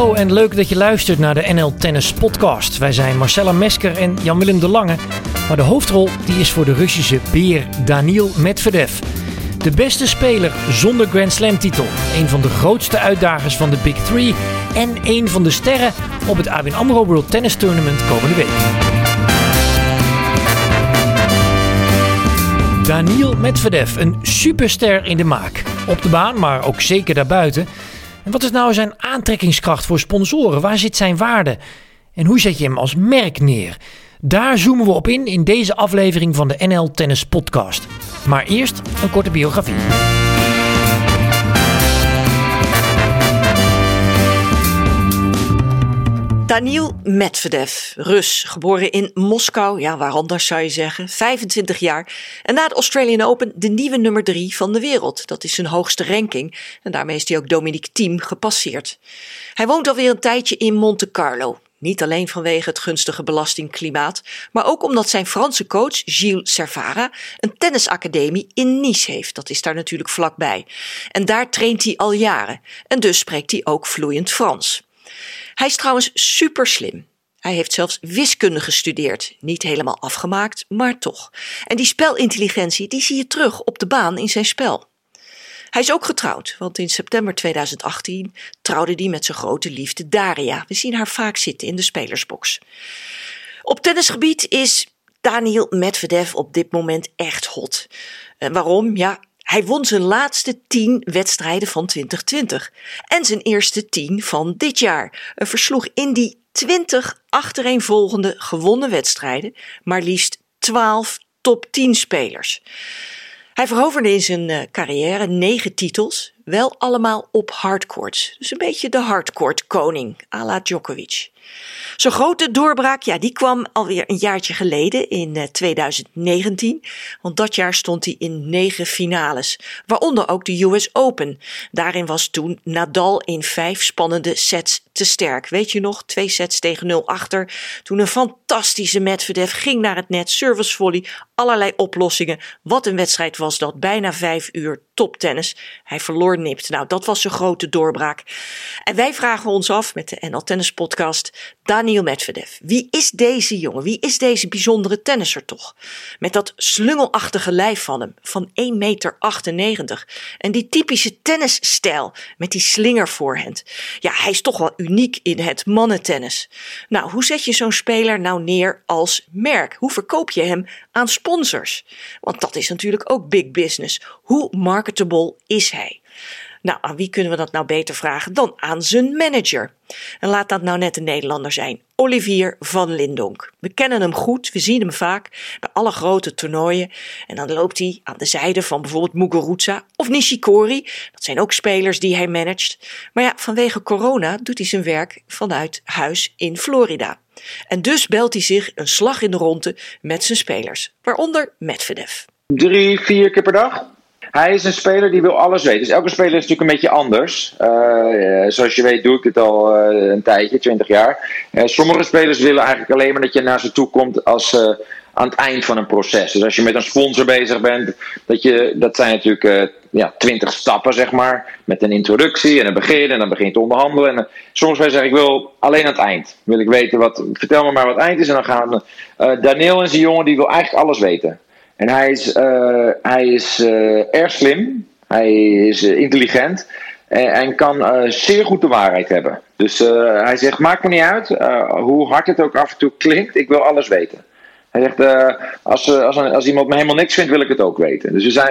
Hallo en leuk dat je luistert naar de NL Tennis Podcast. Wij zijn Marcella Mesker en Jan-Willem de Lange. Maar de hoofdrol die is voor de Russische beer Daniil Medvedev. De beste speler zonder Grand Slam titel. Een van de grootste uitdagers van de Big Three. En een van de sterren op het ABN AMRO World Tennis Tournament komende week. Daniil Medvedev, een superster in de maak. Op de baan, maar ook zeker daarbuiten. En wat is nou zijn aantrekkingskracht voor sponsoren? Waar zit zijn waarde? En hoe zet je hem als merk neer? Daar zoomen we op in deze aflevering van de NL Tennis Podcast. Maar eerst een korte biografie. Daniil Medvedev, Rus, geboren in Moskou, ja waar anders zou je zeggen, 25 jaar. En na de Australian Open de nieuwe nummer 3 van de wereld. Dat is zijn hoogste ranking en daarmee is hij ook Dominic Thiem gepasseerd. Hij woont alweer een tijdje in Monte Carlo. Niet alleen vanwege het gunstige belastingklimaat, maar ook omdat zijn Franse coach Gilles Servara een tennisacademie in Nice heeft. Dat is daar natuurlijk vlakbij. En daar traint hij al jaren en dus spreekt hij ook vloeiend Frans. Hij is trouwens super slim. Hij heeft zelfs wiskunde gestudeerd. Niet helemaal afgemaakt, maar toch. En die spelintelligentie die zie je terug op de baan in zijn spel. Hij is ook getrouwd, want in september 2018 trouwde hij met zijn grote liefde Daria. We zien haar vaak zitten in de spelersbox. Op tennisgebied is Daniil Medvedev op dit moment echt hot. En waarom? Ja, hij won zijn laatste 10 wedstrijden van 2020 en zijn eerste 10 van dit jaar. Hij versloeg in die 20 achtereenvolgende gewonnen wedstrijden maar liefst 12 top 10 spelers. Hij veroverde in zijn carrière 9 titels, wel allemaal op hardcourts. Dus een beetje de hardcourt koning, à la Djokovic. Zijn grote doorbraak, ja, die kwam alweer een jaartje geleden in 2019. Want dat jaar stond hij in 9 finales, waaronder ook de US Open. Daarin was toen Nadal in 5 spannende sets te sterk. Weet je nog, 2 sets tegen 0 achter. Toen een fantastische Medvedev ging naar het net, service volley, allerlei oplossingen. Wat een wedstrijd was dat, bijna 5 uur toptennis. Hij verloor nipt. Nou, dat was zijn grote doorbraak. En wij vragen ons af met de NL Tennis Podcast, Daniil Medvedev. Wie is deze jongen? Wie is deze bijzondere tennisser toch? Met dat slungelachtige lijf van hem, van 1,98 meter. En die typische tennisstijl met die slingervoorhand. Ja, hij is toch wel uniek in het mannentennis. Nou, hoe zet je zo'n speler nou neer als merk? Hoe verkoop je hem aan sponsors? Want dat is natuurlijk ook big business. Hoe marketable is hij? Nou, aan wie kunnen we dat nou beter vragen dan aan zijn manager? En laat dat nou net een Nederlander zijn, Olivier van Lindonk. We kennen hem goed, we zien hem vaak bij alle grote toernooien. En dan loopt hij aan de zijde van bijvoorbeeld Muguruza of Nishikori. Dat zijn ook spelers die hij managt. Maar ja, vanwege corona doet hij zijn werk vanuit huis in Florida. En dus belt hij zich een slag in de ronde met zijn spelers, waaronder Medvedev. 3-4 keer per dag. Hij is een speler die wil alles weten. Dus elke speler is natuurlijk een beetje anders. Zoals je weet doe ik dit al een tijdje, 20 jaar. Sommige spelers willen eigenlijk alleen maar dat je naar ze toe komt als aan het eind van een proces. Dus als je met een sponsor bezig bent, dat zijn natuurlijk 20 stappen, zeg maar. Met een introductie en een begin en dan begin je te onderhandelen. En sommige spelers zeggen, ik wil alleen aan het eind. Wil ik weten vertel me maar wat het eind is. En dan gaan Daniil en zijn jongen, die wil eigenlijk alles weten. En hij is erg slim, hij is intelligent en kan zeer goed de waarheid hebben. Dus hij zegt, maakt me niet uit hoe hard het ook af en toe klinkt, ik wil alles weten. Hij zegt, als iemand me helemaal niks vindt, wil ik het ook weten.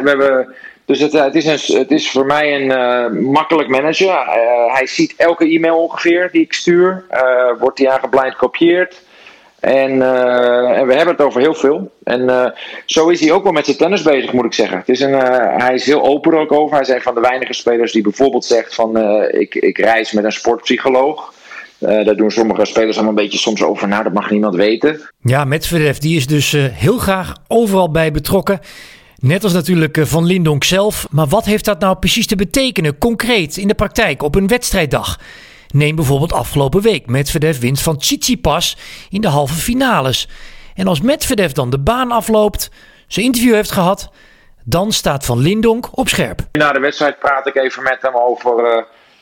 Dus het is voor mij een makkelijk manager. Hij ziet elke e-mail ongeveer die ik stuur, wordt die aangeblind gekopieerd. En we hebben het over heel veel. En zo is hij ook wel met zijn tennis bezig, moet ik zeggen. Hij is heel open er ook over. Hij is een van de weinige spelers die bijvoorbeeld zegt van ik reis met een sportpsycholoog. Daar doen sommige spelers allemaal een beetje soms over. Nou, dat mag niemand weten. Ja, Medvedev die is dus heel graag overal bij betrokken. Net als natuurlijk Van Lindonk zelf. Maar wat heeft dat nou precies te betekenen, concreet in de praktijk op een wedstrijddag? Neem bijvoorbeeld afgelopen week. Medvedev wint van Tsitsipas in de halve finales. En als Medvedev dan de baan afloopt, zijn interview heeft gehad, dan staat Van Lindonk op scherp. Na de wedstrijd praat ik even met hem over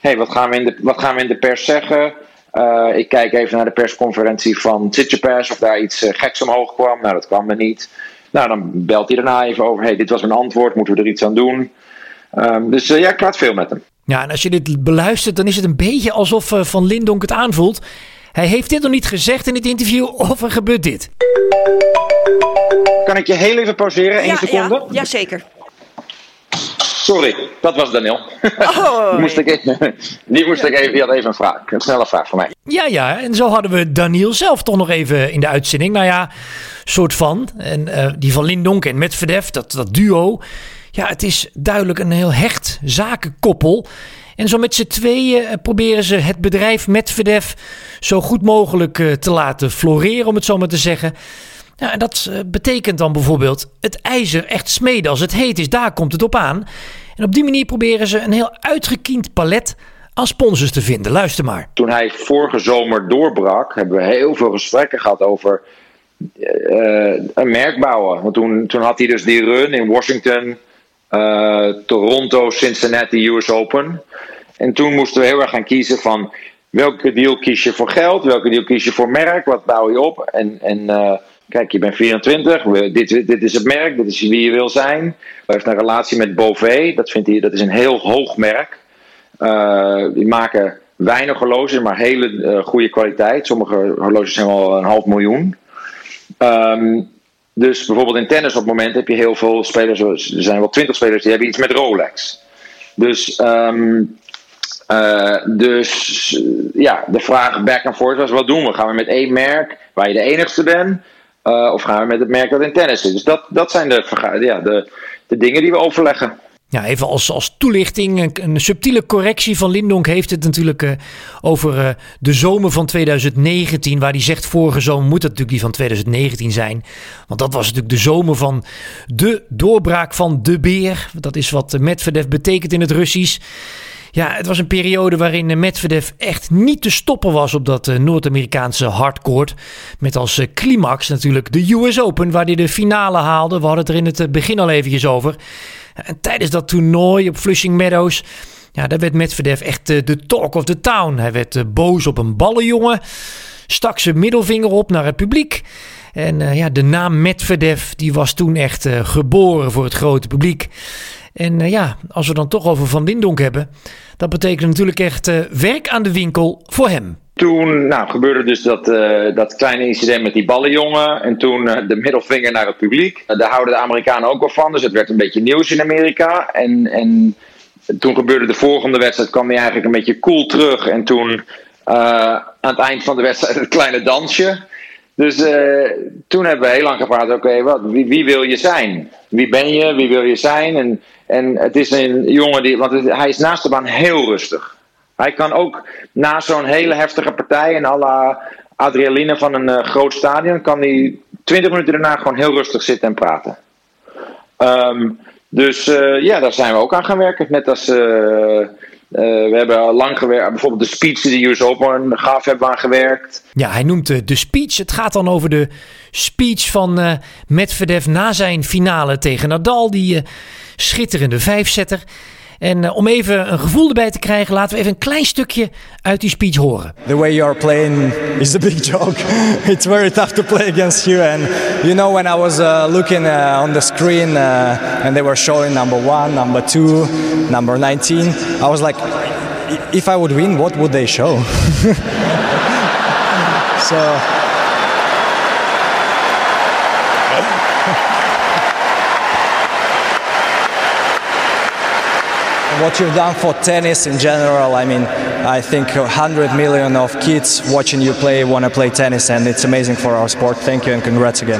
hey, wat gaan we in de pers zeggen? Ik kijk even naar de persconferentie van Tsitsipas of daar iets geks omhoog kwam. Nou, dat kwam er niet. Nou, dan belt hij daarna even over. Hey, dit was mijn antwoord. Moeten we er iets aan doen? Dus ik praat veel met hem. Ja, en als je dit beluistert, dan is het een beetje alsof Van Lindonk het aanvoelt. Hij heeft dit nog niet gezegd in het interview of er gebeurt dit. Kan ik je heel even pauzeren? 1 seconde? Ja, zeker. Sorry, dat was Daniel. Die had even een vraag. Een snelle vraag voor mij. Ja, en zo hadden we Daniel zelf toch nog even in de uitzending. Nou ja, soort van. En die Van Lindonk en Medvedev, dat duo. Ja, het is duidelijk een heel hecht zakenkoppel. En zo met z'n tweeën proberen ze het bedrijf Medvedev zo goed mogelijk te laten floreren, om het zo maar te zeggen. Ja, en dat betekent dan bijvoorbeeld het ijzer echt smeden als het heet is. Daar komt het op aan. En op die manier proberen ze een heel uitgekiend palet aan sponsors te vinden. Luister maar. Toen hij vorige zomer doorbrak, hebben we heel veel gesprekken gehad over een merk bouwen. Want toen had hij dus die run in Washington, Toronto, Cincinnati, US Open. En toen moesten we heel erg gaan kiezen van welke deal kies je voor geld, welke deal kies je voor merk, wat bouw je op. En kijk, je bent 24, dit is het merk, dit is wie je wil zijn. Hij heeft een relatie met Bovet, dat is een heel hoog merk. Die maken weinig horloges, maar hele goede kwaliteit. Sommige horloges zijn wel $500.000. Dus bijvoorbeeld in tennis op het moment heb je heel veel spelers, er zijn wel 20 spelers die hebben iets met Rolex. Dus de vraag back and forth was, wat doen we? Gaan we met één merk waar je de enigste bent? Of gaan we met het merk dat in tennis is? Dus dat zijn de dingen die we overleggen. Ja, even als toelichting, een subtiele correctie. Van Lindonk heeft het natuurlijk over de zomer van 2019. Waar hij zegt, vorige zomer moet het natuurlijk die van 2019 zijn. Want dat was natuurlijk de zomer van de doorbraak van de beer. Dat is wat Medvedev betekent in het Russisch. Ja, het was een periode waarin Medvedev echt niet te stoppen was op dat Noord-Amerikaanse hardcourt. Met als climax natuurlijk de US Open, waar hij de finale haalde. We hadden het er in het begin al eventjes over. En tijdens dat toernooi op Flushing Meadows, ja, daar werd Medvedev echt de talk of the town. Hij werd boos op een ballenjongen, stak zijn middelvinger op naar het publiek. En de naam Medvedev die was toen echt geboren voor het grote publiek. En als we dan toch over Van Lindonk hebben, dat betekent natuurlijk echt werk aan de winkel voor hem. Toen gebeurde dus dat kleine incident met die ballenjongen. En toen de middelvinger naar het publiek. Daar houden de Amerikanen ook wel van. Dus het werd een beetje nieuws in Amerika. En toen gebeurde de volgende wedstrijd. Kwam hij eigenlijk een beetje cool terug. En toen aan het eind van de wedstrijd het kleine dansje. Dus toen hebben we heel lang gepraat. Oké, wie wil je zijn? Wie ben je? Wie wil je zijn? En het is een jongen want hij is naast de baan heel rustig. Hij kan ook na zo'n hele heftige partij en à la adrenaline van een groot stadion, kan hij 20 minuten daarna gewoon heel rustig zitten en praten. Daar zijn we ook aan gaan werken. Net als we hebben al lang gewerkt, bijvoorbeeld de speech die de US Open gaf, hebben we aan gewerkt. Ja, hij noemt de speech. Het gaat dan over de speech van Medvedev na zijn finale tegen Nadal, die schitterende vijfzetter. En om even een gevoel erbij te krijgen, laten we even een klein stukje uit die speech horen. The way you are playing is a big joke. It's very tough to play against you. And you know, when I was looking on the screen and they were showing number 1, number 2, number 19, I was like, if I would win, what would they show? So. What you've done for tennis in general, I mean, I think 100 million of kids watching you play want to play tennis, and it's amazing for our sport. Thank you and congrats again.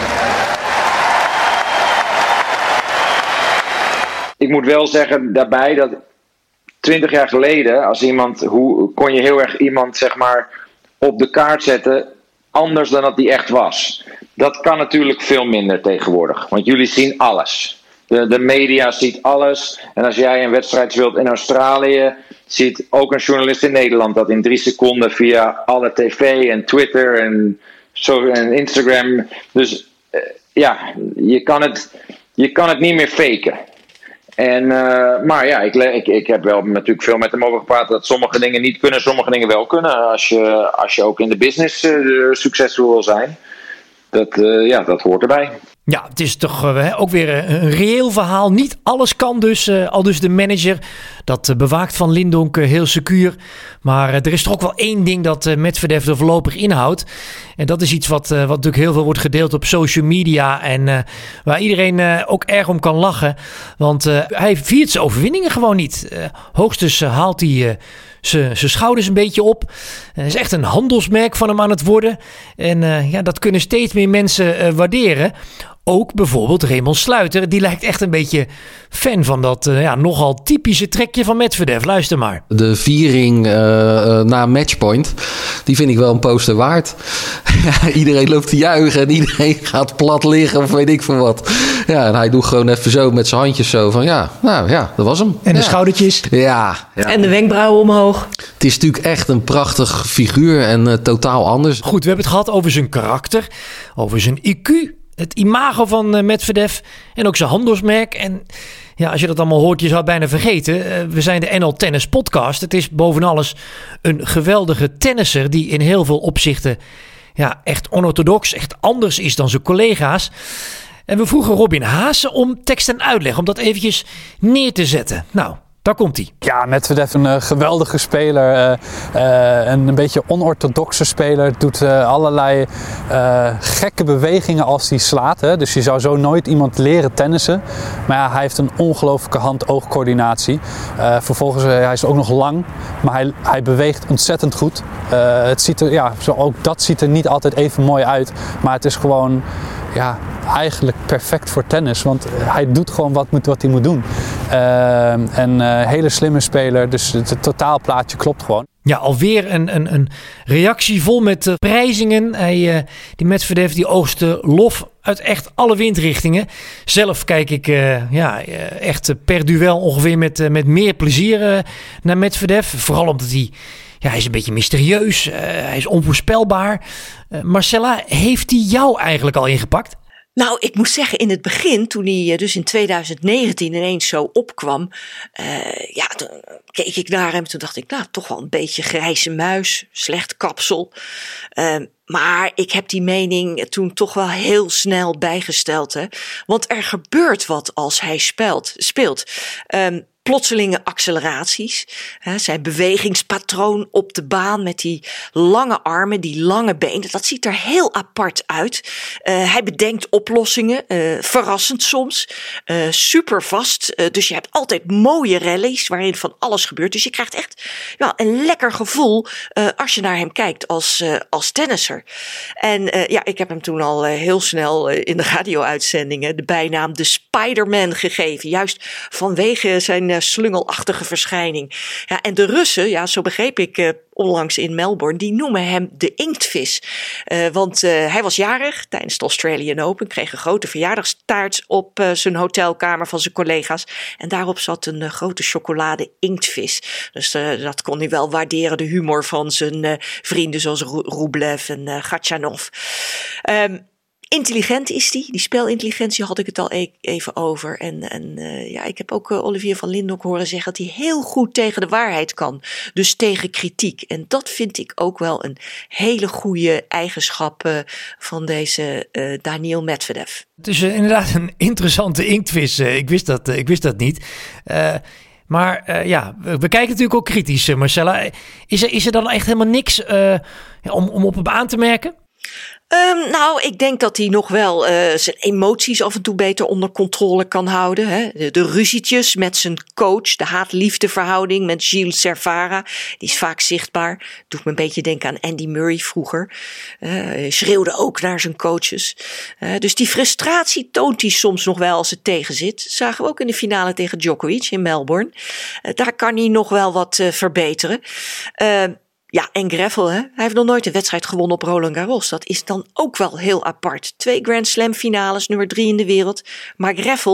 Ik moet wel zeggen daarbij dat 20 jaar geleden, hoe kon je heel erg iemand zeg maar op de kaart zetten anders dan dat die echt was. Dat kan natuurlijk veel minder tegenwoordig, want jullie zien alles. De media ziet alles. En als jij een wedstrijd speelt in Australië, ziet ook een journalist in Nederland dat in 3 seconden via alle tv en Twitter en Instagram. Dus je kan het niet meer faken. Maar ja, ik heb wel natuurlijk veel met hem over gepraat dat sommige dingen niet kunnen, sommige dingen wel kunnen. Als je ook in de business succesvol wil zijn. Dat hoort erbij. Ja, het is toch ook weer een reëel verhaal. Niet alles kan dus, al dus de manager. Dat bewaakt Van Lindonk heel secuur. Maar er is toch ook wel één ding dat Medvedev er voorlopig inhoudt. En dat is iets wat natuurlijk heel veel wordt gedeeld op social media. En waar iedereen ook erg om kan lachen. Want hij viert zijn overwinningen gewoon niet. Hoogstens haalt hij zijn schouders een beetje op. Het is echt een handelsmerk van hem aan het worden. En dat kunnen steeds meer mensen waarderen. Ook bijvoorbeeld Raymond Sluiter. Die lijkt echt een beetje fan van dat nogal typische trekje van Medvedev. Luister maar. De viering na matchpoint, die vind ik wel een poster waard. Iedereen loopt te juichen en iedereen gaat plat liggen of weet ik veel wat. Ja, en hij doet gewoon even zo met zijn handjes zo van dat was hem. En de schoudertjes. Ja. En de wenkbrauwen omhoog. Het is natuurlijk echt een prachtig figuur en totaal anders. Goed, we hebben het gehad over zijn karakter, over zijn IQ, het imago van Medvedev en ook zijn handelsmerk. En ja, als je dat allemaal hoort, je zou het bijna vergeten. We zijn de NL Tennis Podcast. Het is boven alles een geweldige tennisser die in heel veel opzichten echt onorthodox, echt anders is dan zijn collega's. En we vroegen Robin Haase om tekst en uitleg, om dat eventjes neer te zetten. Nou, daar komt hij. Ja, Medvedev een geweldige speler. Een beetje onorthodoxe speler. Doet allerlei gekke bewegingen als hij slaat. Hè. Dus je zou zo nooit iemand leren tennissen. Maar ja, hij heeft een ongelooflijke hand-oogcoördinatie. Vervolgens, hij is ook nog lang. Maar hij beweegt ontzettend goed. Het ziet er, ook dat ziet er niet altijd even mooi uit. Maar het is gewoon eigenlijk perfect voor tennis. Want hij doet gewoon wat hij moet doen. Hele slimme speler. Dus het totaalplaatje klopt gewoon. Ja, alweer een reactie vol met prijzingen. Die Medvedev die oogste lof uit echt alle windrichtingen. Zelf kijk ik echt per duel ongeveer met meer plezier naar Medvedev. Vooral omdat hij is een beetje mysterieus. Hij is onvoorspelbaar. Marcella, heeft hij jou eigenlijk al ingepakt? Nou, ik moet zeggen, in het begin, toen hij dus in 2019 ineens zo opkwam, toen keek ik naar hem. Toen dacht ik, toch wel een beetje grijze muis, slecht kapsel. Maar ik heb die mening toen toch wel heel snel bijgesteld. Hè? Want er gebeurt wat als hij speelt. Plotselinge acceleraties. Zijn bewegingspatroon op de baan met die lange armen, die lange benen. Dat ziet er heel apart uit. Hij bedenkt oplossingen, verrassend soms. Super vast. Dus je hebt altijd mooie rallies waarin van alles gebeurt. Dus je krijgt echt een lekker gevoel als je naar hem kijkt als tennisser. En ik heb hem toen al heel snel in de radio-uitzendingen de bijnaam de Spider-Man gegeven. Juist vanwege zijn slungelachtige verschijning. Ja, en de Russen, zo begreep ik onlangs in Melbourne, die noemen hem de inktvis. Want hij was jarig tijdens de Australian Open, kreeg een grote verjaardagstaart op zijn hotelkamer van zijn collega's. En daarop zat een grote chocolade inktvis. Dus dat kon hij wel waarderen, de humor van zijn vrienden zoals Rublev en Gatchanov. Intelligent is die spelintelligentie had ik het al even over. En ik heb ook Olivier van Lindonk horen zeggen dat hij heel goed tegen de waarheid kan. Dus tegen kritiek. En dat vind ik ook wel een hele goede eigenschap van deze Daniil Medvedev. Het is inderdaad een interessante inktvis. Ik wist dat niet. Maar we kijken natuurlijk ook kritisch, Marcella. Is er dan echt helemaal niks om op hem aan te merken? Ik denk dat hij nog wel zijn emoties af en toe beter onder controle kan houden. Hè. De ruzietjes met zijn coach, de haat-liefde verhouding met Gilles Servara, die is vaak zichtbaar. Doet me een beetje denken aan Andy Murray vroeger. Schreeuwde ook naar zijn coaches. Dus die frustratie toont hij soms nog wel als het tegenzit. Dat zagen we ook in de finale tegen Djokovic in Melbourne. Daar kan hij nog wel wat verbeteren. En Greffel, hè? Hij heeft nog nooit een wedstrijd gewonnen op Roland Garros. Dat is dan ook wel heel apart. 2 Grand Slam finales, nummer 3 in de wereld. Maar Greffel,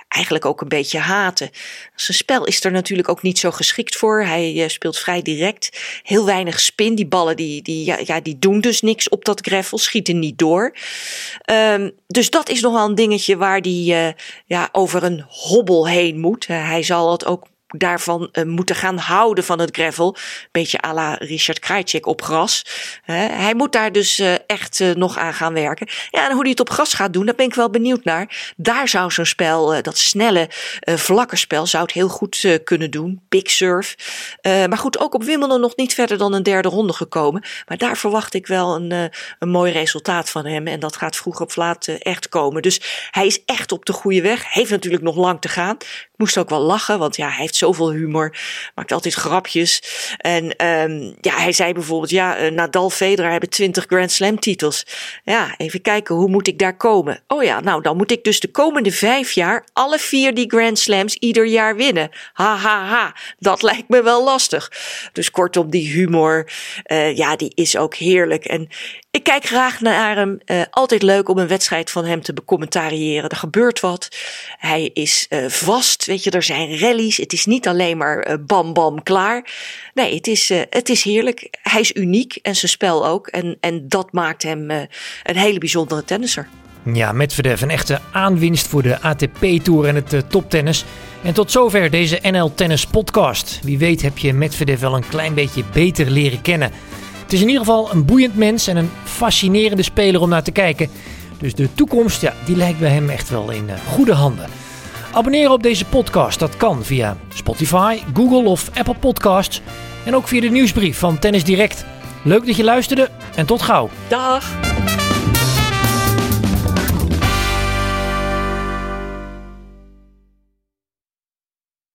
eigenlijk ook een beetje haten. Zijn spel is er natuurlijk ook niet zo geschikt voor. Hij speelt vrij direct. Heel weinig spin. Die ballen die doen dus niks op dat gravel. Schieten niet door. Dus dat is nog wel een dingetje waar hij over een hobbel heen moet. Hij zal het ook daarvan moeten gaan houden van het gravel. Beetje à la Richard Krajicek op gras. Hij moet daar dus echt nog aan gaan werken. Ja, en hoe hij het op gras gaat doen, daar ben ik wel benieuwd naar. Daar zou zo'n spel, dat snelle vlakke spel, zou het heel goed kunnen doen. Big surf. Maar goed, ook op Wimbledon nog niet verder dan een derde ronde gekomen. Maar daar verwacht ik wel een mooi resultaat van hem. En dat gaat vroeg of laat echt komen. Dus hij is echt op de goede weg. Heeft natuurlijk nog lang te gaan. Ik moest ook wel lachen, want ja, hij heeft zoveel humor. Maakt altijd grapjes. En hij zei bijvoorbeeld, Nadal, Federer hebben 20 Grand Slam titels. Ja, even kijken, hoe moet ik daar komen? Oh ja, nou dan moet ik dus de komende 5 jaar alle 4 die Grand Slams ieder jaar winnen. Ha, ha, ha. Dat lijkt me wel lastig. Dus kortom, die humor, die is ook heerlijk. En ik kijk graag naar hem. Altijd leuk om een wedstrijd van hem te becommentariëren. Er gebeurt wat. Hij is vast. Weet je, er zijn rallies. Het is niet alleen maar bam bam klaar. Nee, het is heerlijk. Hij is uniek en zijn spel ook. En dat maakt hem een hele bijzondere tennisser. Ja, Medvedev een echte aanwinst voor de ATP-tour en het toptennis. En tot zover deze NL Tennis podcast. Wie weet heb je Medvedev wel een klein beetje beter leren kennen. Het is in ieder geval een boeiend mens en een fascinerende speler om naar te kijken. Dus de toekomst, die lijkt bij hem echt wel in goede handen. Abonneren op deze podcast, dat kan via Spotify, Google of Apple Podcasts. En ook via de nieuwsbrief van Tennis Direct. Leuk dat je luisterde en tot gauw. Dag!